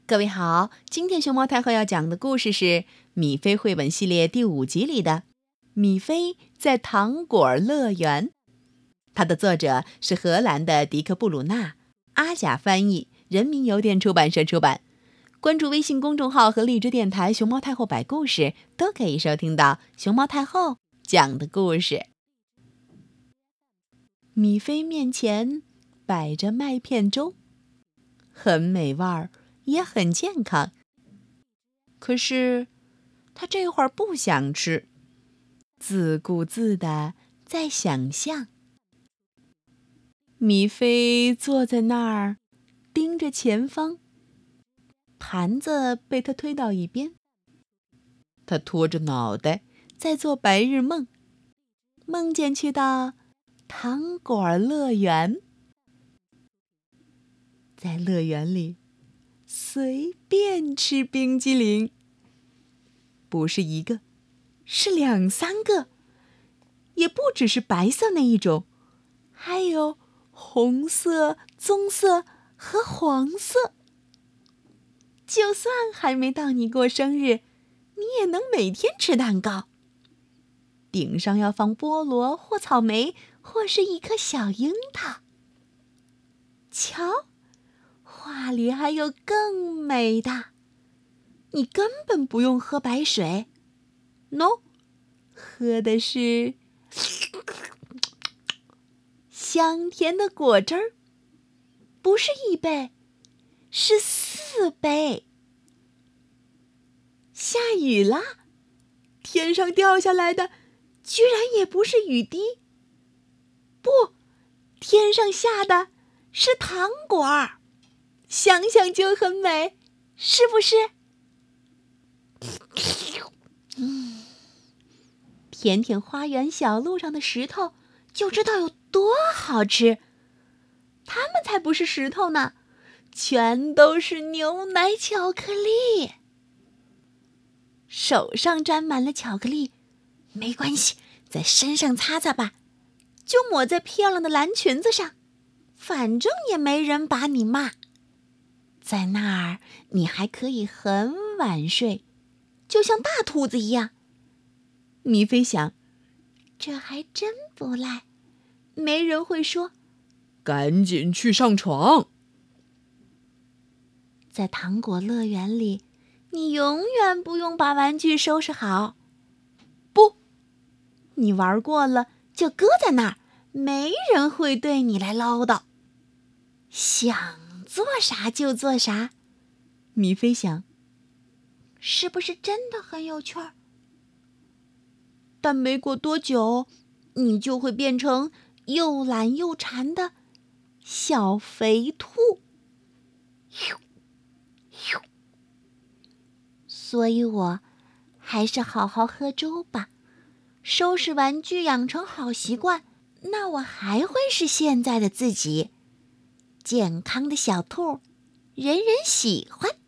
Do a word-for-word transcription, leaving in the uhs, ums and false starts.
各位好，今天熊猫太后要讲的故事是米菲绘本系列第五集里的米菲在糖果乐园。它的作者是荷兰的迪克·布鲁纳，阿甲翻译，人民邮电出版社出版。关注微信公众号和荔枝电台熊猫太后摆故事，都可以收听到熊猫太后讲的故事。米菲面前摆着麦片粥，很美味儿，也很健康。可是他这会儿不想吃，自顾自地在想象。米菲坐在那儿，盯着前方，盘子被他推到一边。他拖着脑袋在做白日梦，梦见去到糖果乐园。在乐园里随便吃冰激凌，不是一个，是两三个，也不只是白色那一种，还有红色、棕色和黄色。就算还没到你过生日，你也能每天吃蛋糕。顶上要放菠萝或草莓，或是一颗小樱桃。瞧，画里还有更美的，你根本不用喝白水 ，no， 喝的是香甜的果汁儿，不是一杯，是四杯。下雨啦，天上掉下来的居然也不是雨滴，不，天上下的是糖果儿，想想就很美，是不是？嗯，舔舔花园小路上的石头，就知道有多好吃。它们才不是石头呢，全都是牛奶巧克力。手上沾满了巧克力，没关系，在身上擦擦吧，就抹在漂亮的蓝裙子上，反正也没人把你骂。在那儿，你还可以很晚睡，就像大兔子一样。米菲想，这还真不赖，没人会说，赶紧去上床。在糖果乐园里，你永远不用把玩具收拾好。不，你玩过了就搁在那儿，没人会对你来唠叨。想做啥就做啥，米菲想，是不是真的很有趣儿？但没过多久，你就会变成又懒又馋的小肥兔。所以我还是好好喝粥吧，收拾玩具养成好习惯，那我还会是现在的自己，健康的小兔，人人喜欢。